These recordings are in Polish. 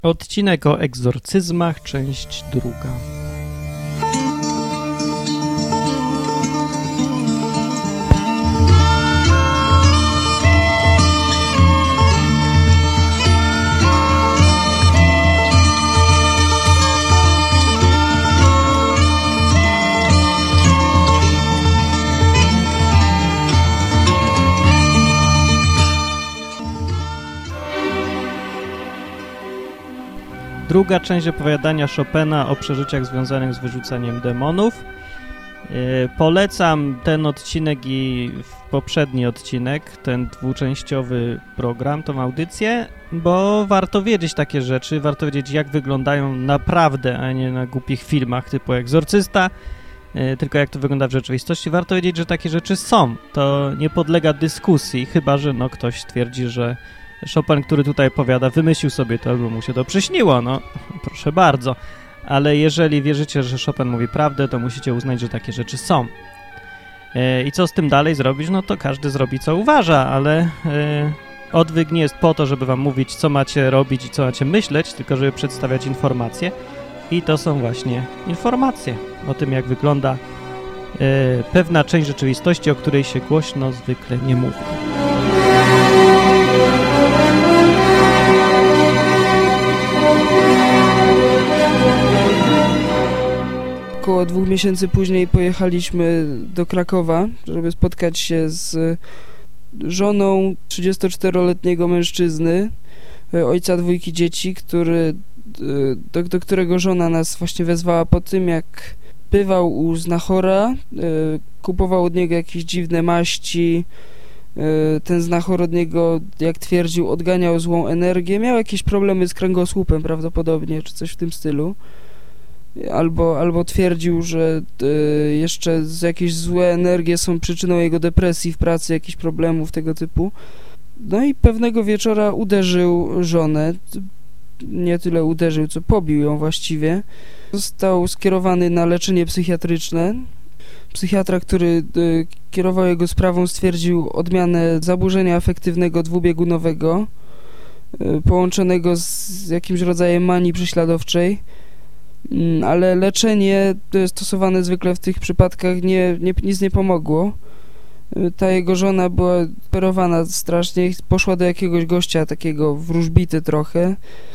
Odcinek o egzorcyzmach, część druga. Druga część opowiadania Chopina o przeżyciach związanych z wyrzucaniem demonów. Polecam ten odcinek i poprzedni odcinek, ten dwuczęściowy program, tą audycję, bo warto wiedzieć takie rzeczy, warto wiedzieć, jak wyglądają naprawdę, a nie na głupich filmach typu Egzorcysta, tylko jak to wygląda w rzeczywistości. Warto wiedzieć, że takie rzeczy są. To nie podlega dyskusji, chyba że ktoś twierdzi, że Chopin, który tutaj opowiada, wymyślił sobie to, albo mu się to przyśniło, proszę bardzo. Ale jeżeli wierzycie, że Chopin mówi prawdę, to musicie uznać, że takie rzeczy są. I co z tym dalej zrobić? To każdy zrobi, co uważa, ale odwyk nie jest po to, żeby wam mówić, co macie robić i co macie myśleć, tylko żeby przedstawiać informacje. I to są właśnie informacje o tym, jak wygląda pewna część rzeczywistości, o której się głośno zwykle nie mówi. Około 2 miesięcy później pojechaliśmy do Krakowa, żeby spotkać się z żoną 34-letniego mężczyzny, ojca 2 dzieci, do którego żona nas właśnie wezwała po tym, jak bywał u znachora, kupował od niego jakieś dziwne maści. Ten znachor od niego, jak twierdził, odganiał złą energię. Miał jakieś problemy z kręgosłupem prawdopodobnie, czy coś w tym stylu. Albo twierdził, że jeszcze jakieś złe energie są przyczyną jego depresji w pracy, jakichś problemów tego typu. I pewnego wieczora uderzył żonę. Nie tyle uderzył, co pobił ją właściwie. Został skierowany na leczenie psychiatryczne. Psychiatra, który kierował jego sprawą, stwierdził odmianę zaburzenia afektywnego dwubiegunowego połączonego z jakimś rodzajem manii prześladowczej, ale leczenie stosowane zwykle w tych przypadkach nic nie pomogło. Ta jego żona była operowana strasznie, poszła do jakiegoś gościa takiego wróżbity trochę,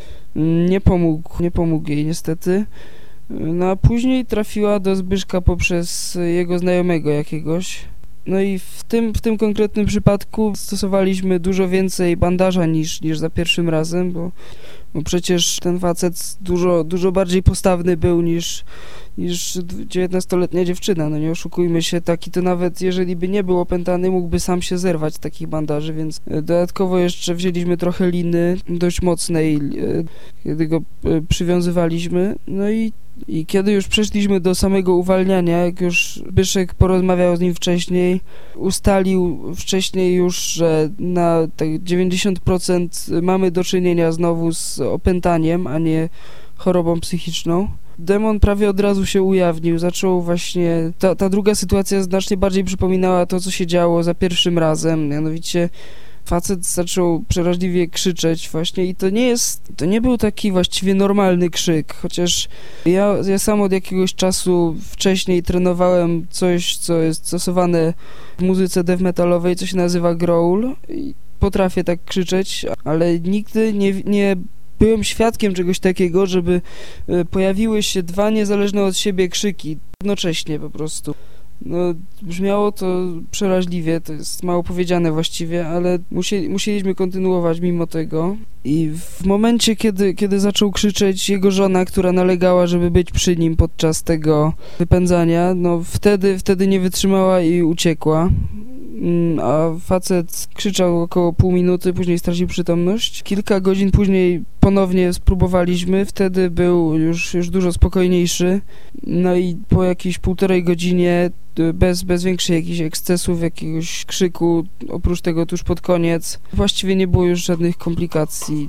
nie pomógł jej niestety. A później trafiła do Zbyszka poprzez jego znajomego jakiegoś. I w tym konkretnym przypadku stosowaliśmy dużo więcej bandaża niż za pierwszym razem, bo przecież ten facet dużo bardziej postawny był niż 19-letnia dziewczyna. Nie oszukujmy się, taki to nawet jeżeli by nie był opętany, mógłby sam się zerwać z takich bandaży, więc dodatkowo jeszcze wzięliśmy trochę liny dość mocnej, kiedy go przywiązywaliśmy. I kiedy już przeszliśmy do samego uwalniania, jak już Byszek porozmawiał z nim wcześniej, ustalił wcześniej już, że na tak 90% mamy do czynienia znowu z opętaniem, a nie chorobą psychiczną. Demon prawie od razu się ujawnił, zaczął właśnie... Ta druga sytuacja znacznie bardziej przypominała to, co się działo za pierwszym razem, mianowicie facet zaczął przeraźliwie krzyczeć właśnie i to nie był taki właściwie normalny krzyk, chociaż ja sam od jakiegoś czasu wcześniej trenowałem coś, co jest stosowane w muzyce death metalowej, co się nazywa growl i potrafię tak krzyczeć, ale nigdy nie byłem świadkiem czegoś takiego, żeby pojawiły się 2 niezależne od siebie krzyki jednocześnie po prostu. Brzmiało to przeraźliwie, to jest mało powiedziane właściwie, ale musieliśmy kontynuować mimo tego. I w momencie, kiedy zaczął krzyczeć jego żona, która nalegała, żeby być przy nim podczas tego wypędzania, wtedy nie wytrzymała i uciekła. A facet krzyczał około pół minuty, później stracił przytomność. Kilka godzin później ponownie spróbowaliśmy, wtedy był już dużo spokojniejszy. I po jakiejś 1,5 godzinie, bez większych jakichś ekscesów, jakiegoś krzyku, oprócz tego tuż pod koniec, właściwie nie było już żadnych komplikacji.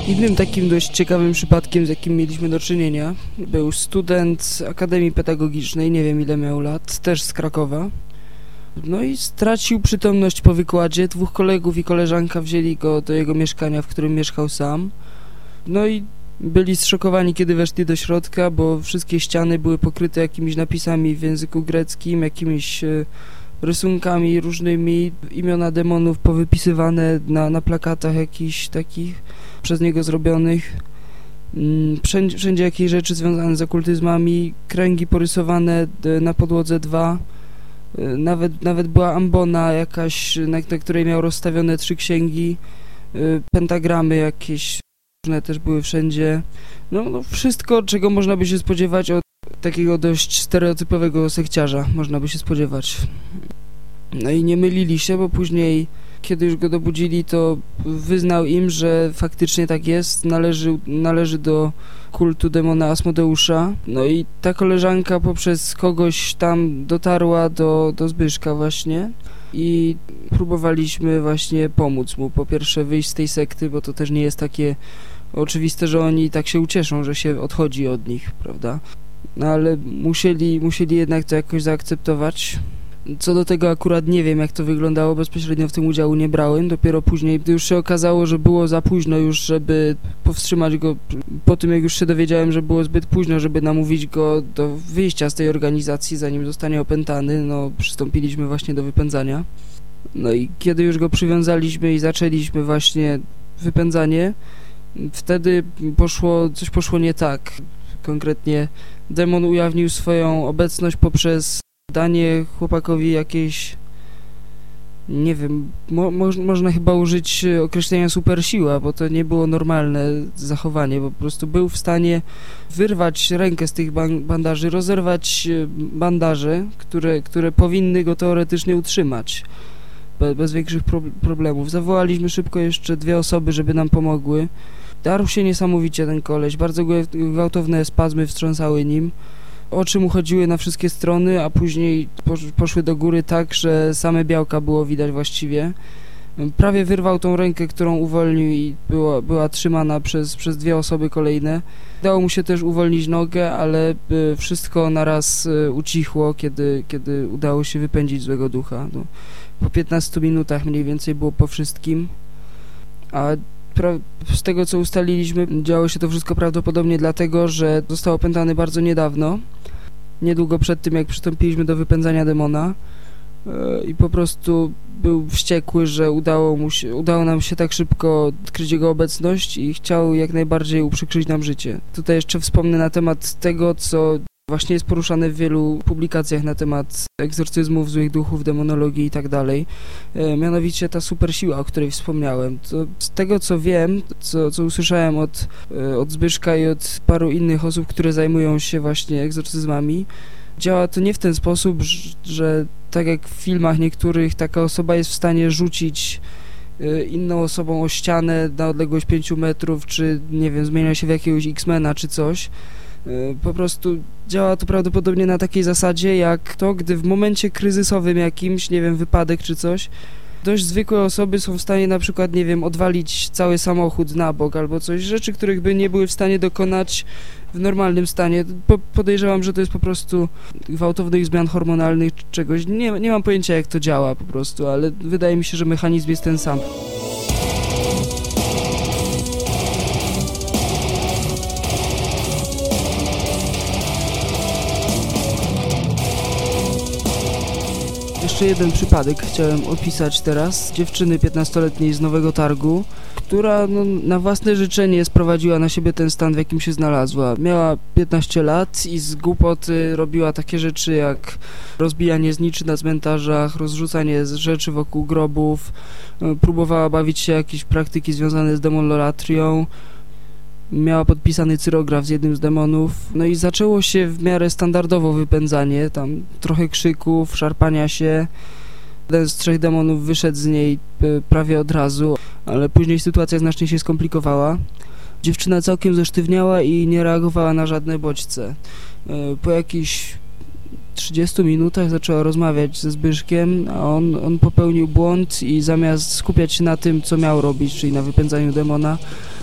Innym takim dość ciekawym przypadkiem, z jakim mieliśmy do czynienia, był student Akademii Pedagogicznej, nie wiem ile miał lat, też z Krakowa. No i stracił przytomność po wykładzie. 2 kolegów i koleżanka wzięli go do jego mieszkania, w którym mieszkał sam. No i byli zszokowani, kiedy weszli do środka, bo wszystkie ściany były pokryte jakimiś napisami w języku greckim, jakimiś rysunkami różnymi, imiona demonów powypisywane na plakatach jakichś takich przez niego zrobionych. Wszędzie jakieś rzeczy związane z okultyzmami, kręgi porysowane na podłodze 2. Nawet była ambona jakaś, na której miał rozstawione 3 księgi, pentagramy jakieś różne też były wszędzie. No wszystko, czego można by się spodziewać od takiego dość stereotypowego sekciarza, można by się spodziewać. No i nie mylili się, bo później, kiedy już go dobudzili, to wyznał im, że faktycznie tak jest, należy do kultu demona Asmodeusza. No i ta koleżanka poprzez kogoś tam dotarła do Zbyszka właśnie i próbowaliśmy właśnie pomóc mu. Po pierwsze wyjść z tej sekty, bo to też nie jest takie oczywiste, że oni tak się ucieszą, że się odchodzi od nich, prawda? No ale musieli jednak to jakoś zaakceptować. Co do tego akurat nie wiem, jak to wyglądało, bezpośrednio w tym udziału nie brałem. Dopiero później, gdy już się okazało, że było za późno już, żeby powstrzymać go, po tym jak już się dowiedziałem, że było zbyt późno, żeby namówić go do wyjścia z tej organizacji, zanim zostanie opętany, no przystąpiliśmy właśnie do wypędzania. No i kiedy już go przywiązaliśmy i zaczęliśmy właśnie wypędzanie, wtedy coś poszło nie tak. Konkretnie demon ujawnił swoją obecność poprzez danie chłopakowi jakiejś, nie wiem, można chyba użyć określenia supersiła, bo to nie było normalne zachowanie, bo po prostu był w stanie wyrwać rękę z tych bandaży, rozerwać bandaże, które powinny go teoretycznie utrzymać bez większych problemów. Zawołaliśmy szybko jeszcze 2 osoby, żeby nam pomogły. Darł się niesamowicie ten koleś, bardzo gwałtowne spazmy wstrząsały nim. Oczy mu chodziły na wszystkie strony, a później poszły do góry tak, że same białka było widać właściwie. Prawie wyrwał tą rękę, którą uwolnił i była trzymana przez 2 osoby kolejne. Dało mu się też uwolnić nogę, ale wszystko naraz ucichło, kiedy udało się wypędzić złego ducha. No, po 15 minutach mniej więcej było po wszystkim, a z tego, co ustaliliśmy, działo się to wszystko prawdopodobnie dlatego, że został opętany bardzo niedawno, niedługo przed tym, jak przystąpiliśmy do wypędzania demona i po prostu był wściekły, że udało nam się tak szybko odkryć jego obecność i chciał jak najbardziej uprzykrzyć nam życie. Tutaj jeszcze wspomnę na temat tego, co właśnie jest poruszane w wielu publikacjach na temat egzorcyzmów, złych duchów, demonologii i tak dalej. Mianowicie ta supersiła, o której wspomniałem. To z tego, co wiem, co usłyszałem od Zbyszka i od paru innych osób, które zajmują się właśnie egzorcyzmami, działa to nie w ten sposób, że tak jak w filmach niektórych, taka osoba jest w stanie rzucić inną osobą o ścianę na odległość 5 metrów, czy nie wiem, zmienia się w jakiegoś X-Mena czy coś. Po prostu działa to prawdopodobnie na takiej zasadzie jak to, gdy w momencie kryzysowym jakimś, nie wiem, wypadek czy coś, dość zwykłe osoby są w stanie na przykład, nie wiem, odwalić cały samochód na bok albo coś, rzeczy, których by nie były w stanie dokonać w normalnym stanie. Podejrzewam, że to jest po prostu gwałtownych zmian hormonalnych czy czegoś. Nie mam pojęcia, jak to działa po prostu, ale wydaje mi się, że mechanizm jest ten sam. Jeszcze jeden przypadek chciałem opisać teraz. Dziewczyny 15-letniej z Nowego Targu, która na własne życzenie sprowadziła na siebie ten stan, w jakim się znalazła. Miała 15 lat i z głupoty robiła takie rzeczy jak rozbijanie zniczy na cmentarzach, rozrzucanie rzeczy wokół grobów, próbowała bawić się jakieś praktyki związane z demololatrią. Miała podpisany cyrograf z jednym z demonów, no i zaczęło się w miarę standardowo wypędzanie, tam trochę krzyków, szarpania się. Jeden z 3 demonów wyszedł z niej prawie od razu, ale później sytuacja znacznie się skomplikowała. Dziewczyna całkiem zesztywniała i nie reagowała na żadne bodźce. Po jakichś 30 minutach zaczęła rozmawiać ze Zbyszkiem, a on popełnił błąd i zamiast skupiać się na tym, co miał robić, czyli na wypędzaniu demona,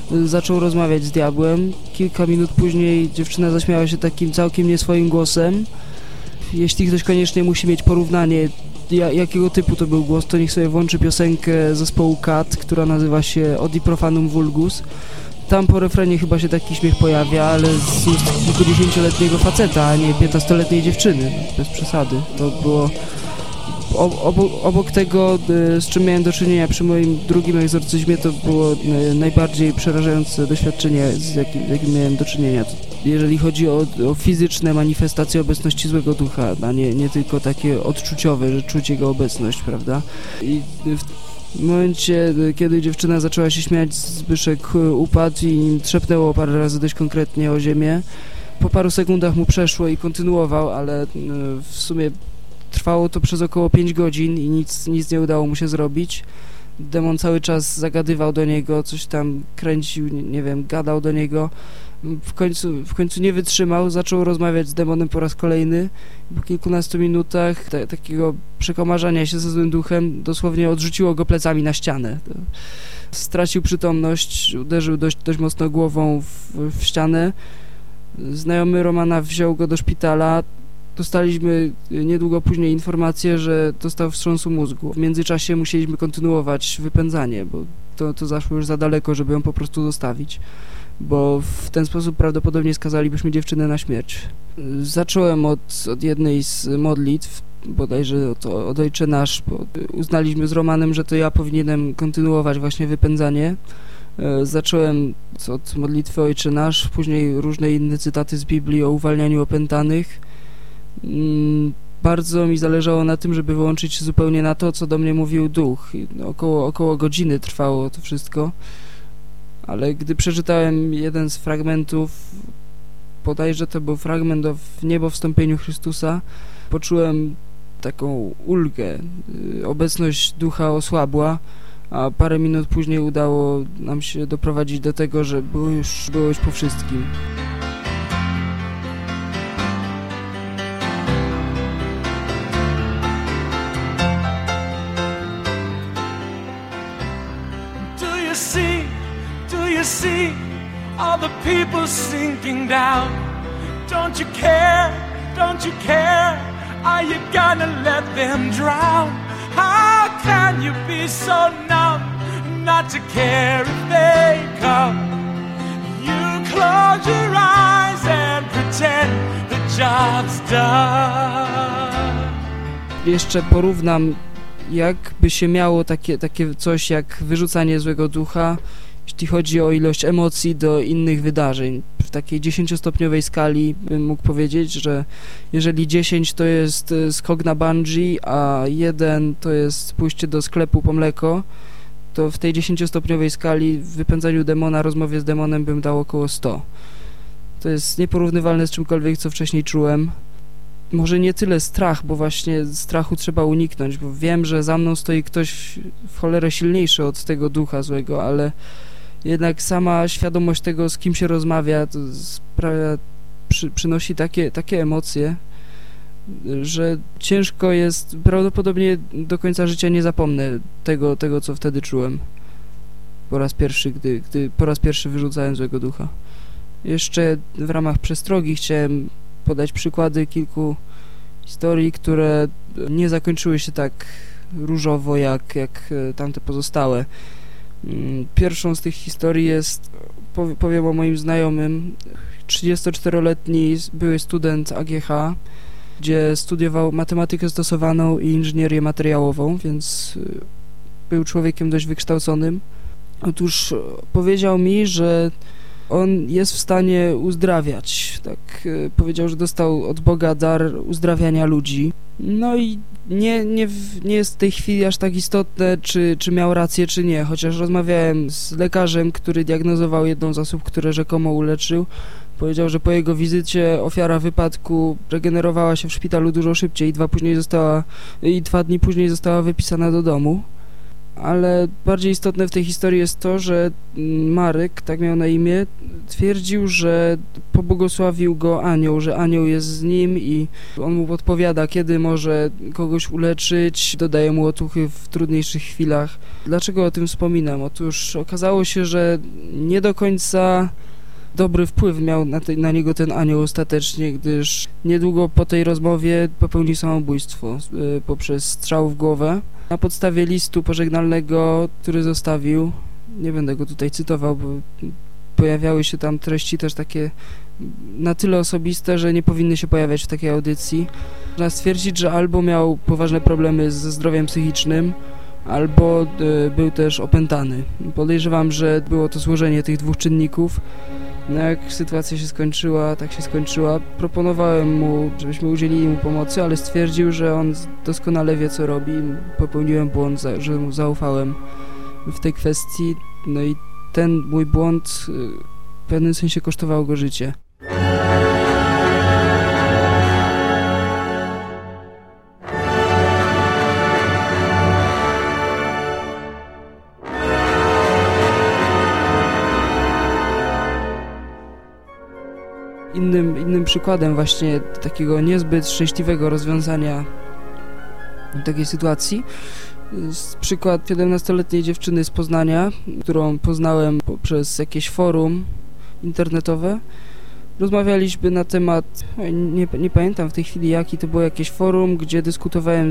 zaczął rozmawiać z diabłem. Kilka minut później dziewczyna zaśmiała się takim całkiem nie swoim głosem. Jeśli ktoś koniecznie musi mieć porównanie, jakiego typu to był głos, to niech sobie włączy piosenkę zespołu Cat, która nazywa się Odi Profanum Vulgus. Tam po refrenie chyba się taki śmiech pojawia, ale z ust kilkudziesięcioletniego faceta, a nie 15-letniej dziewczyny. Bez przesady. To było obok tego, z czym miałem do czynienia przy moim drugim egzorcyzmie, to było najbardziej przerażające doświadczenie, z jakim miałem do czynienia. Jeżeli chodzi o fizyczne manifestacje obecności złego ducha, a nie tylko takie odczuciowe, że czuć jego obecność, prawda? I w momencie, kiedy dziewczyna zaczęła się śmiać, Zbyszek upadł i trzepnęło parę razy dość konkretnie o ziemię. Po paru sekundach mu przeszło i kontynuował, ale w sumie trwało to przez około 5 godzin i nic nie udało mu się zrobić. Demon cały czas zagadywał do niego, coś tam kręcił, nie wiem, gadał do niego. W końcu nie wytrzymał, zaczął rozmawiać z demonem po raz kolejny. Po kilkunastu minutach takiego przekomarzania się ze złym duchem dosłownie odrzuciło go plecami na ścianę. Stracił przytomność, uderzył dość mocno głową w ścianę. Znajomy Romana wziął go do szpitala. Dostaliśmy niedługo później informację, że dostał wstrząsu mózgu. W międzyczasie musieliśmy kontynuować wypędzanie, bo to zaszło już za daleko, żeby ją po prostu zostawić, bo w ten sposób prawdopodobnie skazalibyśmy dziewczynę na śmierć. Zacząłem od jednej z modlitw, bodajże od Ojcze Nasz, bo uznaliśmy z Romanem, że to ja powinienem kontynuować właśnie wypędzanie. Zacząłem od modlitwy Ojcze Nasz, później różne inne cytaty z Biblii o uwalnianiu opętanych. Bardzo mi zależało na tym, żeby wyłączyć się zupełnie na to, co do mnie mówił duch. Około godziny trwało to wszystko, ale gdy przeczytałem jeden z fragmentów, bodajże to był fragment o niebowstąpieniu Chrystusa, poczułem taką ulgę. Obecność ducha osłabła, a parę minut później udało nam się doprowadzić do tego, że było już po wszystkim. Do you see all the people sinking down? Don't you care? Don't you care? Are you gonna let them drown? How can you be so numb not to care if they come? You close your eyes and pretend the job's done. Jeszcze porównam, jakby się miało takie coś jak wyrzucanie złego ducha, jeśli chodzi o ilość emocji, do innych wydarzeń. W takiej 10-stopniowej skali bym mógł powiedzieć, że jeżeli 10 to jest skok na bungee, a 1 to jest pójście do sklepu po mleko, to w tej 10-stopniowej skali w wypędzaniu demona, rozmowie z demonem bym dał około 100. To jest nieporównywalne z czymkolwiek, co wcześniej czułem. Może nie tyle strach, bo właśnie strachu trzeba uniknąć, bo wiem, że za mną stoi ktoś w cholerę silniejszy od tego ducha złego, ale jednak sama świadomość tego, z kim się rozmawia, to przynosi takie emocje, że ciężko jest, prawdopodobnie do końca życia nie zapomnę tego co wtedy czułem po raz pierwszy, gdy po raz pierwszy wyrzucałem złego ducha. Jeszcze w ramach przestrogi chciałem podać przykłady kilku historii, które nie zakończyły się tak różowo jak tamte pozostałe. Pierwszą z tych historii jest, powiem o moim znajomym, 34-letni były student AGH, gdzie studiował matematykę stosowaną i inżynierię materiałową, więc był człowiekiem dość wykształconym. Otóż powiedział mi, że on jest w stanie uzdrawiać. Tak powiedział, że dostał od Boga dar uzdrawiania ludzi. No i nie jest w tej chwili aż tak istotne, czy miał rację, czy nie. Chociaż rozmawiałem z lekarzem, który diagnozował jedną z osób, które rzekomo uleczył. Powiedział, że po jego wizycie ofiara wypadku regenerowała się w szpitalu dużo szybciej i 2 dni później została wypisana do domu. ale bardziej istotne w tej historii jest to, że Marek, tak miał na imię, twierdził, że pobłogosławił go anioł, że anioł jest z nim i on mu podpowiada, kiedy może kogoś uleczyć, dodaje mu otuchy w trudniejszych chwilach. Dlaczego o tym wspominam? Otóż okazało się, że nie do końca dobry wpływ miał na niego ten anioł ostatecznie, gdyż niedługo po tej rozmowie popełnił samobójstwo poprzez strzał w głowę. Na podstawie listu pożegnalnego, który zostawił, nie będę go tutaj cytował, bo pojawiały się tam treści też takie na tyle osobiste, że nie powinny się pojawiać w takiej audycji. Można stwierdzić, że albo miał poważne problemy ze zdrowiem psychicznym, albo był też opętany. Podejrzewam, że było to złożenie tych dwóch czynników. No jak sytuacja się skończyła, tak się skończyła. Proponowałem mu, żebyśmy udzielili mu pomocy, ale stwierdził, że on doskonale wie, co robi. Popełniłem błąd, że mu zaufałem w tej kwestii. No i ten mój błąd w pewnym sensie kosztował go życie. Innym przykładem właśnie takiego niezbyt szczęśliwego rozwiązania takiej sytuacji jest przykład 17-letniej dziewczyny z Poznania, którą poznałem poprzez jakieś forum internetowe. Rozmawialiśmy na temat, nie pamiętam w tej chwili jaki, to było jakieś forum, gdzie dyskutowałem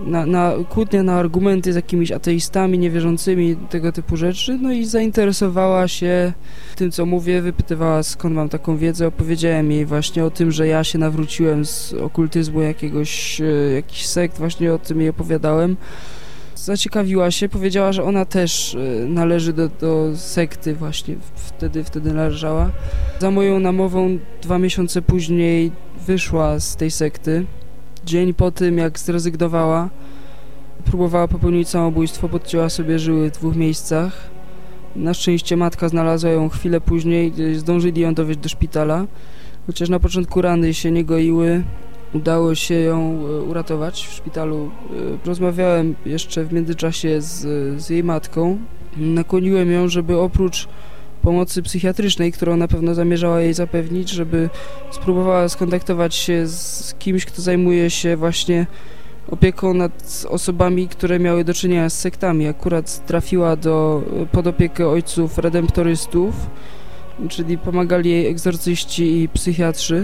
kłótnia na argumenty z jakimiś ateistami, niewierzącymi, tego typu rzeczy, no i zainteresowała się tym, co mówię, wypytywała, skąd mam taką wiedzę. Opowiedziałem jej właśnie o tym, że ja się nawróciłem z okultyzmu jakiś sekt, właśnie o tym jej opowiadałem. Zaciekawiła się, powiedziała, że ona też należy do sekty, właśnie wtedy należała. Za moją namową 2 miesiące później wyszła z tej sekty. Dzień po tym, jak zrezygnowała, próbowała popełnić samobójstwo, podcięła sobie żyły w 2 miejscach. Na szczęście matka znalazła ją chwilę później, zdążyli ją dowieźć do szpitala. Chociaż na początku rany się nie goiły, udało się ją uratować w szpitalu. Rozmawiałem jeszcze w międzyczasie z jej matką. Nakłoniłem ją, żeby oprócz pomocy psychiatrycznej, którą na pewno zamierzała jej zapewnić, żeby spróbowała skontaktować się z kimś, kto zajmuje się właśnie opieką nad osobami, które miały do czynienia z sektami. Akurat trafiła pod opiekę ojców redemptorystów, czyli pomagali jej egzorcyści i psychiatrzy.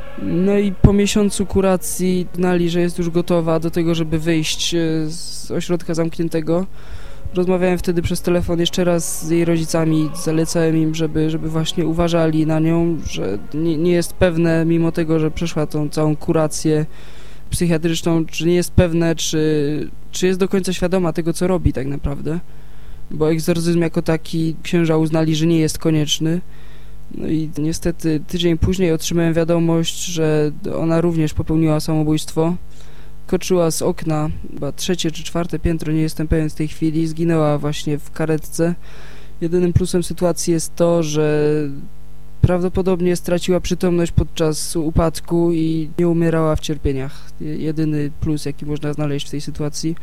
No i po miesiącu kuracji uznali, że jest już gotowa do tego, żeby wyjść z ośrodka zamkniętego. Rozmawiałem wtedy przez telefon jeszcze raz z jej rodzicami, zalecałem im, żeby właśnie uważali na nią, że nie jest pewne, mimo tego, że przeszła tą całą kurację psychiatryczną, czy nie jest pewne, czy jest do końca świadoma tego, co robi tak naprawdę, bo egzorcyzm jako taki księża uznali, że nie jest konieczny. No i niestety tydzień później otrzymałem wiadomość, że ona również popełniła samobójstwo. Skoczyła z okna, chyba 3. czy 4. piętro, nie jestem pewien w tej chwili, zginęła właśnie w karetce. Jedynym plusem sytuacji jest to, że prawdopodobnie straciła przytomność podczas upadku i nie umierała w cierpieniach. Jedyny plus, jaki można znaleźć w tej sytuacji.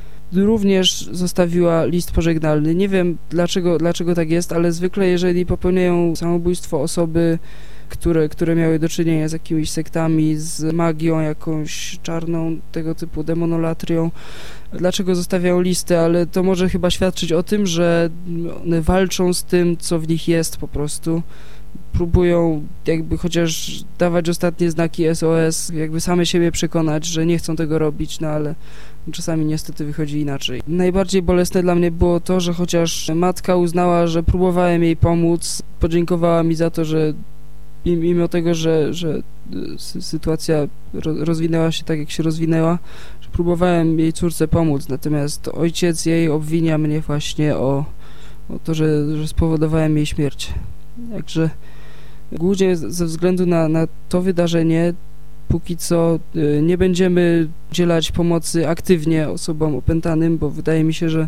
Również zostawiła list pożegnalny. Nie wiem dlaczego tak jest, ale zwykle jeżeli popełniają samobójstwo osoby, które miały do czynienia z jakimiś sektami, z magią jakąś czarną, tego typu demonolatrią, dlaczego zostawiają listy, ale to może chyba świadczyć o tym, że one walczą z tym, co w nich jest po prostu. Próbują jakby chociaż dawać ostatnie znaki SOS, jakby same siebie przekonać, że nie chcą tego robić, no ale czasami niestety wychodzi inaczej. Najbardziej bolesne dla mnie było to, że chociaż matka uznała, że próbowałem jej pomóc, podziękowała mi za to, że mimo tego, że sytuacja rozwinęła się tak, jak się rozwinęła, że próbowałem jej córce pomóc, natomiast ojciec jej obwinia mnie właśnie o to, że spowodowałem jej śmierć. Także głównie ze względu na to wydarzenie póki co nie będziemy udzielać pomocy aktywnie osobom opętanym, bo wydaje mi się, że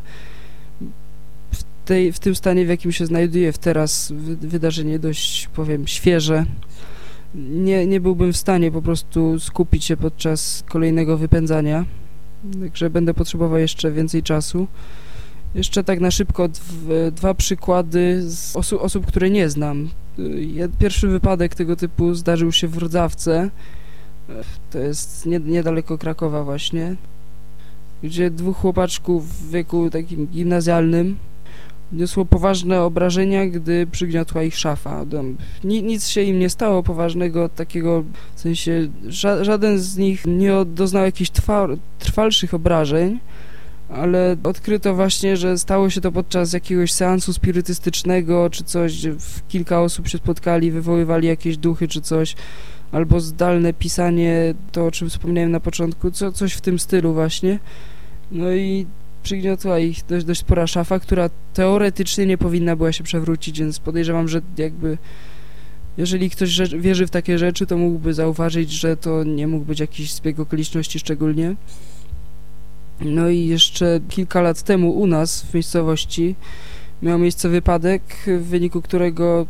w tym stanie, w jakim się znajduje teraz wydarzenie dość, powiem, świeże, nie byłbym w stanie po prostu skupić się podczas kolejnego wypędzania, także będę potrzebował jeszcze więcej czasu Jeszcze tak na szybko dwa przykłady z osób, które nie znam. Pierwszy wypadek tego typu zdarzył się w Rodzawce. To jest niedaleko Krakowa właśnie, gdzie dwóch chłopaczków w wieku takim gimnazjalnym niosło poważne obrażenia, gdy przygniotła ich szafa. Nic się im nie stało poważnego takiego, w sensie żaden z nich nie doznał jakichś trwalszych obrażeń, ale odkryto właśnie, że stało się to podczas jakiegoś seansu spirytystycznego czy coś, gdzie kilka osób się spotkali, wywoływali jakieś duchy czy coś, albo zdalne pisanie, to o czym wspomniałem na początku, coś w tym stylu właśnie. No i przygniotła ich dość spora szafa, która teoretycznie nie powinna była się przewrócić, więc podejrzewam, że jakby jeżeli ktoś wierzy w takie rzeczy, to mógłby zauważyć, że to nie mógł być jakiś zbieg okoliczności szczególnie. No i jeszcze kilka lat temu u nas w miejscowości miał miejsce wypadek, w wyniku którego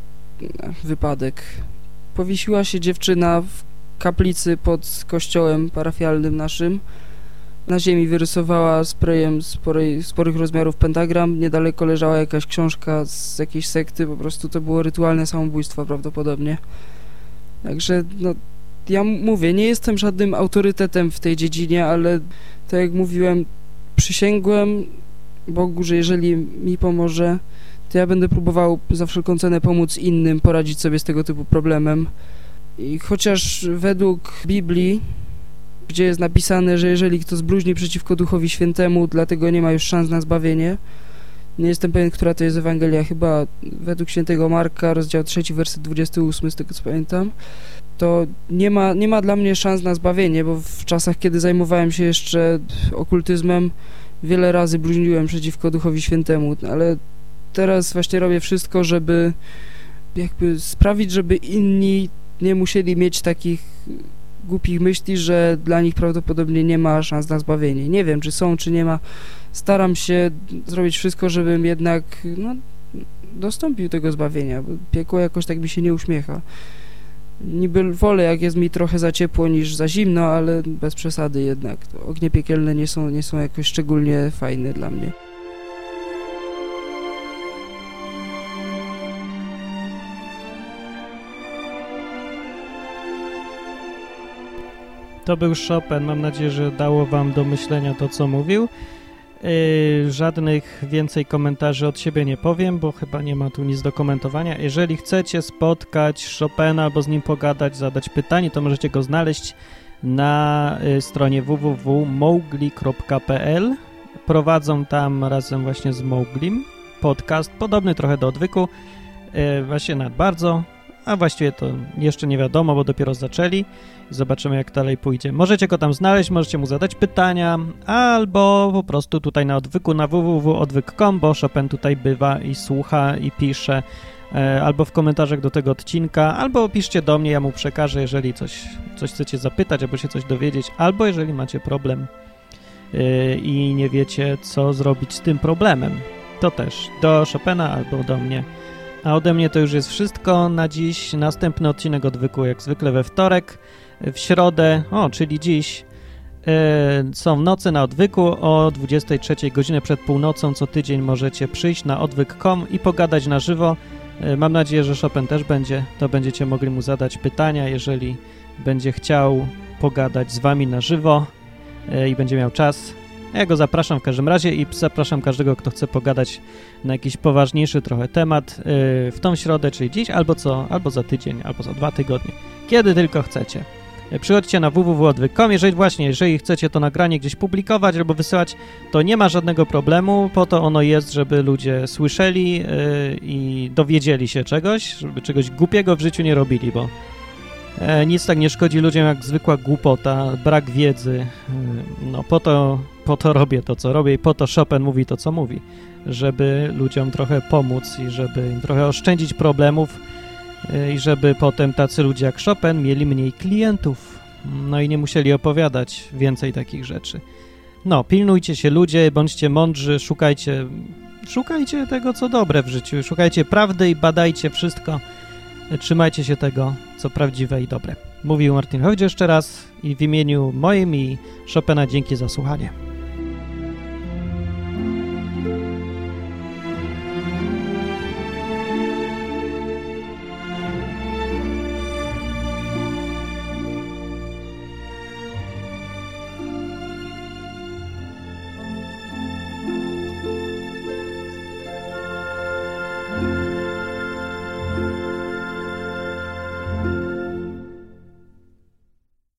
powiesiła się dziewczyna w kaplicy pod kościołem parafialnym naszym. Na ziemi wyrysowała sprayem sporych rozmiarów pentagram, niedaleko leżała jakaś książka z jakiejś sekty, po prostu to było rytualne samobójstwo prawdopodobnie. Także no, ja mówię, nie jestem żadnym autorytetem w tej dziedzinie, ale tak jak mówiłem, przysięgłem Bogu, że jeżeli mi pomoże, to ja będę próbował za wszelką cenę pomóc innym poradzić sobie z tego typu problemem. I chociaż według Biblii, gdzie jest napisane, że jeżeli kto zbluźni przeciwko Duchowi Świętemu, dlatego nie ma już szans na zbawienie. Nie jestem pewien, która to jest Ewangelia, chyba według świętego Marka, rozdział 3, werset 28, z tego co pamiętam. To nie ma dla mnie szans na zbawienie, bo w czasach, kiedy zajmowałem się jeszcze okultyzmem, wiele razy bluźniłem przeciwko Duchowi Świętemu, ale teraz właśnie robię wszystko, żeby jakby sprawić, żeby inni nie musieli mieć takich głupich myśli, że dla nich prawdopodobnie nie ma szans na zbawienie. Nie wiem, czy są, czy nie ma. Staram się zrobić wszystko, żebym jednak dostąpił tego zbawienia, bo piekło jakoś tak mi się nie uśmiecha. Niby wolę, jak jest mi trochę za ciepło niż za zimno, ale bez przesady jednak. Ognie piekielne nie są jakoś szczególnie fajne dla mnie. To był Chopin. Mam nadzieję, że dało wam do myślenia to, co mówił. Żadnych więcej komentarzy od siebie nie powiem, bo chyba nie ma tu nic do komentowania. Jeżeli chcecie spotkać Chopina albo z nim pogadać, zadać pytanie, to możecie go znaleźć na stronie www.mowgli.pl. Prowadzą tam razem właśnie z Mowglim podcast, podobny trochę do Odwyku, właśnie nawet bardzo, a właściwie to jeszcze nie wiadomo, bo dopiero zaczęli. Zobaczymy, jak dalej pójdzie. Możecie go tam znaleźć, możecie mu zadać pytania, albo po prostu tutaj na Odwyku, na www.odwyk.com, bo Chopin tutaj bywa i słucha i pisze, albo w komentarzach do tego odcinka, albo piszcie do mnie, ja mu przekażę, jeżeli coś chcecie zapytać, albo się coś dowiedzieć, albo jeżeli macie problem i nie wiecie, co zrobić z tym problemem. To też do Chopina albo do mnie. A ode mnie to już jest wszystko na dziś. Następny odcinek Odwyku jak zwykle we wtorek, w środę, czyli dziś, są noce na Odwyku o 23 godzinę przed północą. Co tydzień możecie przyjść na odwyk.com i pogadać na żywo. Mam nadzieję, że Chopin też będzie, to będziecie mogli mu zadać pytania, jeżeli będzie chciał pogadać z wami na żywo i będzie miał czas. Ja go zapraszam w każdym razie i zapraszam każdego, kto chce pogadać na jakiś poważniejszy trochę temat w tą środę, czyli dziś, albo za tydzień, albo za 2 tygodnie. Kiedy tylko chcecie. Przychodźcie na www.odwyk.com. Jeżeli chcecie to nagranie gdzieś publikować albo wysyłać, to nie ma żadnego problemu. Po to ono jest, żeby ludzie słyszeli i dowiedzieli się czegoś, żeby czegoś głupiego w życiu nie robili, bo nic tak nie szkodzi ludziom jak zwykła głupota, brak wiedzy. No po to robię to, co robię i po to Chopin mówi to, co mówi, żeby ludziom trochę pomóc i żeby im trochę oszczędzić problemów i żeby potem tacy ludzie jak Chopin mieli mniej klientów, no i nie musieli opowiadać więcej takich rzeczy. No, pilnujcie się ludzie, bądźcie mądrzy, szukajcie tego, co dobre w życiu, szukajcie prawdy i badajcie wszystko, trzymajcie się tego, co prawdziwe i dobre. Mówił Martin Hojdzie jeszcze raz i w imieniu moim i Chopina dzięki za słuchanie.